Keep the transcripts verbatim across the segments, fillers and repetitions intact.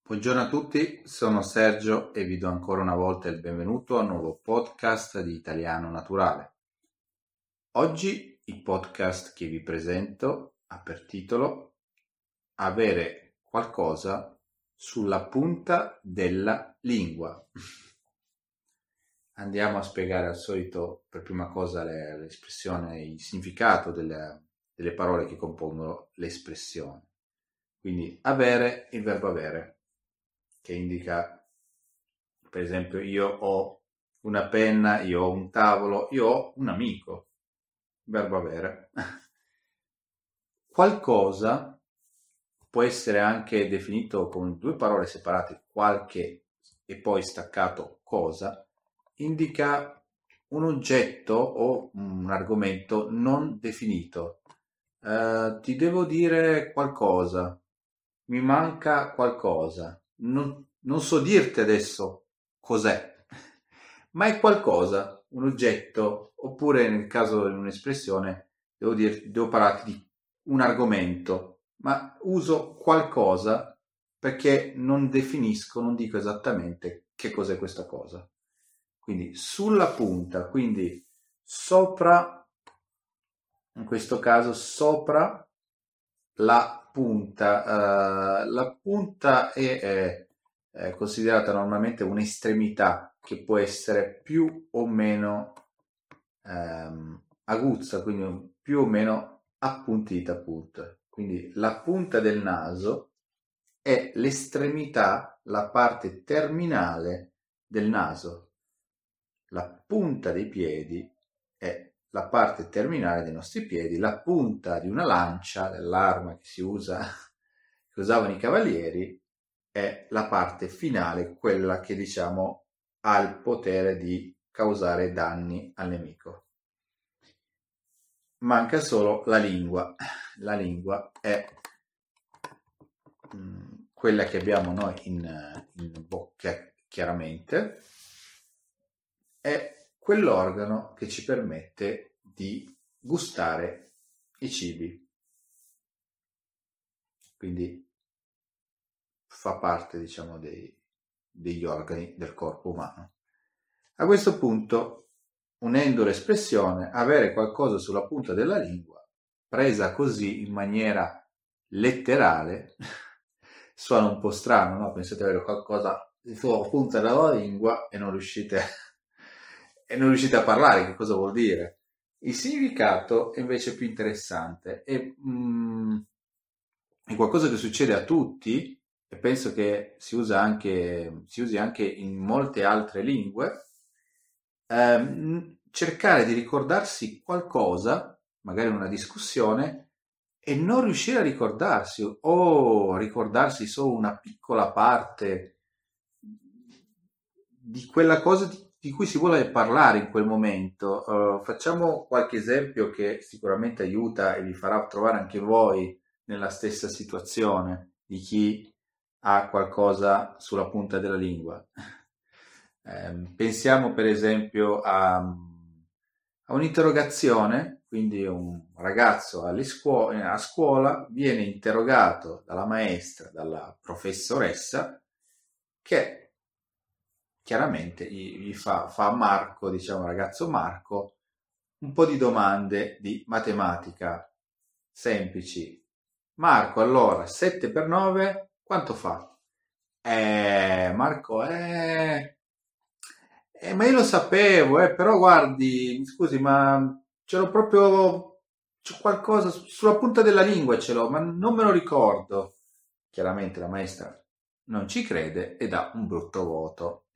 Buongiorno a tutti, sono Sergio e vi do ancora una volta il benvenuto al nuovo podcast di Italiano Naturale. Oggi il podcast che vi presento ha per titolo Avere qualcosa sulla punta della lingua. Andiamo a spiegare al solito per prima cosa le- l'espressione, il significato delle, delle parole che compongono l'espressione. Quindi avere, il verbo avere, che indica, per esempio, io ho una penna, io ho un tavolo, io ho un amico, verbo avere. Qualcosa può essere anche definito con due parole separate, qualche e poi staccato cosa, indica un oggetto o un argomento non definito. Eh, ti devo dire qualcosa, mi manca qualcosa, non, non so dirti adesso cos'è, ma è qualcosa, un oggetto, oppure nel caso di un'espressione, devo dire, devo parlarti di un argomento, ma uso qualcosa perché non definisco, non dico esattamente che cos'è questa cosa. Quindi sulla punta, quindi sopra, in questo caso sopra la punta. Uh, la punta è, è, è considerata normalmente un'estremità che può essere più o meno ehm, aguzza, quindi più o meno appuntita, appunto. Quindi la punta del naso è l'estremità, la parte terminale del naso. La punta dei piedi è la parte terminale dei nostri piedi, la punta di una lancia, dell'arma che si usa, che usavano i cavalieri, è la parte finale, quella che diciamo ha il potere di causare danni al nemico. Manca solo la lingua. La lingua è mh, quella che abbiamo noi in, in bocca, chiaramente, è quell'organo che ci permette di gustare i cibi. Quindi fa parte, diciamo, dei, degli organi del corpo umano. A questo punto, unendo l'espressione avere qualcosa sulla punta della lingua, presa così in maniera letterale, suona un po' strano, no? Pensate di avere qualcosa sulla punta della lingua e non riuscite, e non riuscite a parlare, che cosa vuol dire? Il significato è invece più interessante, è, mm, è qualcosa che succede a tutti e penso che si usa anche, si usi anche in molte altre lingue. Ehm, cercare di ricordarsi qualcosa, magari in una discussione, e non riuscire a ricordarsi o ricordarsi solo una piccola parte di quella cosa di, di cui si vuole parlare in quel momento. Uh, facciamo qualche esempio che sicuramente aiuta e vi farà trovare anche voi nella stessa situazione di chi ha qualcosa sulla punta della lingua. Eh, pensiamo per esempio a, a un'interrogazione, quindi un ragazzo alle scuo- a scuola viene interrogato dalla maestra, dalla professoressa, che chiaramente gli, gli fa, fa a Marco, diciamo ragazzo Marco, un po' di domande di matematica semplici. Marco, allora, sette per nove, quanto fa? Eh, Marco, eh, eh, ma io lo sapevo, eh, però guardi, scusi, ma ce l'ho proprio, c'ho qualcosa su- sulla punta della lingua ce l'ho, ma non me lo ricordo. Chiaramente la maestra non ci crede e dà un brutto voto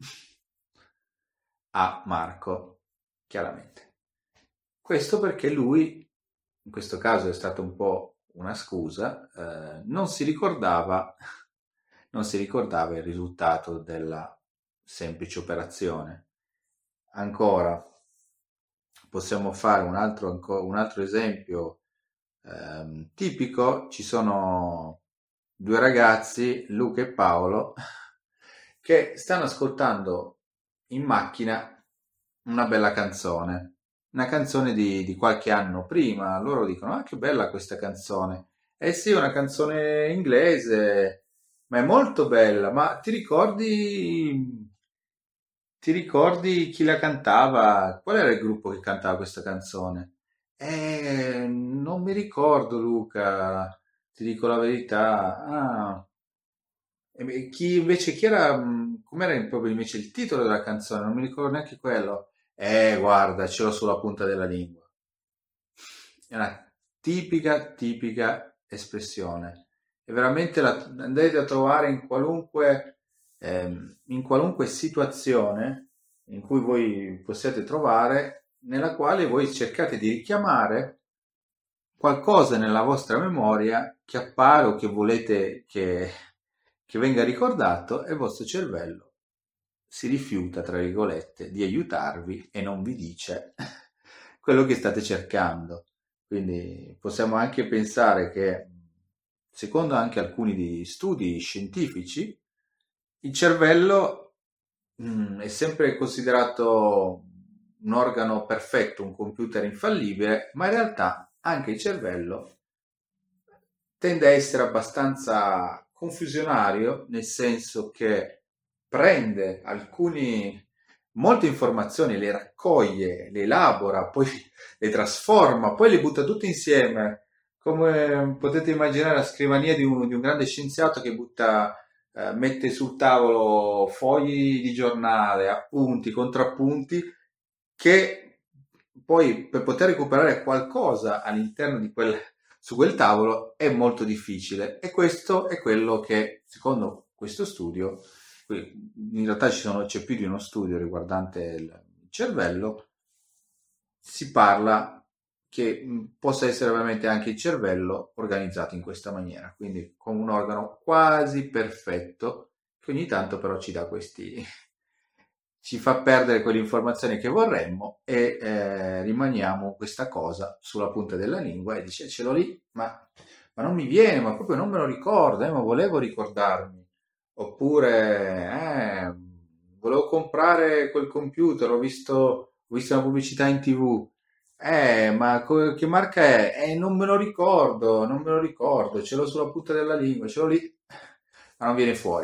a Marco, chiaramente. Questo perché lui, in questo caso è stata un po' una scusa, eh, non si ricordava, non si ricordava il risultato della semplice operazione. Ancora, possiamo fare un altro, un altro esempio ehm, tipico. Ci sono due ragazzi, Luca e Paolo, che stanno ascoltando in macchina una bella canzone, una canzone di, di qualche anno prima. Loro dicono: ah, che bella questa canzone! Eh sì, è una canzone inglese, ma è molto bella. Ma ti ricordi, ti ricordi chi la cantava? Qual era il gruppo che cantava questa canzone? Eh, non mi ricordo, Luca, ti dico la verità. Ah, e beh, chi invece, chi era, mh, com'era proprio invece il titolo della canzone? Non mi ricordo neanche quello. Eh, guarda, ce l'ho sulla punta della lingua. È una tipica, tipica espressione. E veramente la andrete a trovare in qualunque, ehm, in qualunque situazione in cui voi possiate trovare, nella quale voi cercate di richiamare qualcosa nella vostra memoria che appare o che volete che, che venga ricordato e il vostro cervello si rifiuta, tra virgolette, di aiutarvi e non vi dice quello che state cercando. Quindi possiamo anche pensare che, secondo anche alcuni di studi scientifici, il cervello mm, è sempre considerato un organo perfetto, un computer infallibile, ma in realtà anche il cervello tende a essere abbastanza confusionario, nel senso che prende alcuni, molte informazioni, le raccoglie, le elabora, poi le trasforma, poi le butta tutte insieme, come potete immaginare la scrivania di un, di un grande scienziato che butta, eh, mette sul tavolo fogli di giornale, appunti, contrappunti, che poi per poter recuperare qualcosa all'interno di quel, su quel tavolo è molto difficile, e questo è quello che, secondo questo studio, in realtà ci sono, c'è più di uno studio riguardante il cervello, si parla che mh, possa essere veramente anche il cervello organizzato in questa maniera, quindi con un organo quasi perfetto, che ogni tanto però ci dà questi, ci fa perdere quelle informazioni che vorremmo, e eh, rimaniamo questa cosa sulla punta della lingua e dice ce l'ho lì, ma, ma non mi viene, ma proprio non me lo ricordo, eh, ma volevo ricordarmi. Oppure, eh, volevo comprare quel computer, ho visto, ho visto una pubblicità in T V. Eh, ma co- che marca è? Eh, non me lo ricordo, non me lo ricordo, ce l'ho sulla punta della lingua, ce l'ho lì, ma non viene fuori.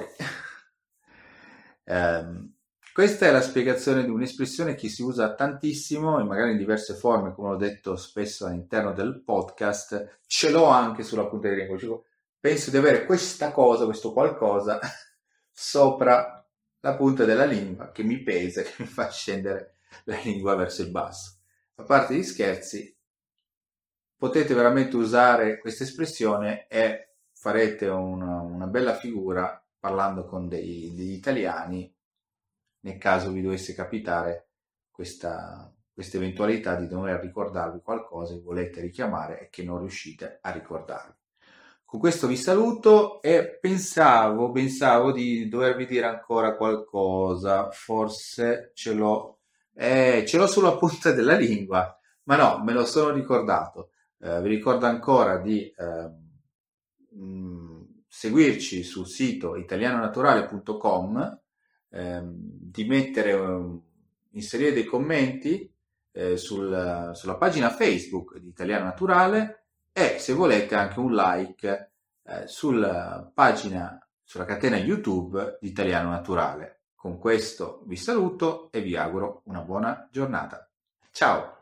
Ehm, Questa è la spiegazione di un'espressione che si usa tantissimo e magari in diverse forme, come ho detto spesso all'interno del podcast. Ce l'ho anche sulla punta della lingua. Cioè, penso di avere questa cosa, questo qualcosa sopra la punta della lingua che mi pesa, che mi fa scendere la lingua verso il basso. A parte gli scherzi, potete veramente usare questa espressione e farete una, una bella figura parlando con dei, degli italiani, nel caso vi dovesse capitare questa, questa eventualità di dover ricordarvi qualcosa che volete richiamare e che non riuscite a ricordarvi. Con questo vi saluto e pensavo, pensavo di dovervi dire ancora qualcosa, forse ce l'ho, eh, ce l'ho sulla punta della lingua, ma no, me lo sono ricordato. Eh, vi ricordo ancora di eh, mh, seguirci sul sito italiano naturale punto com, ehm, di mettere, um, inserire dei commenti eh, sul- sulla pagina Facebook di Italiano Naturale, e se volete anche un like eh, sulla pagina, sulla catena YouTube di Italiano Naturale. Con questo vi saluto e vi auguro una buona giornata. Ciao!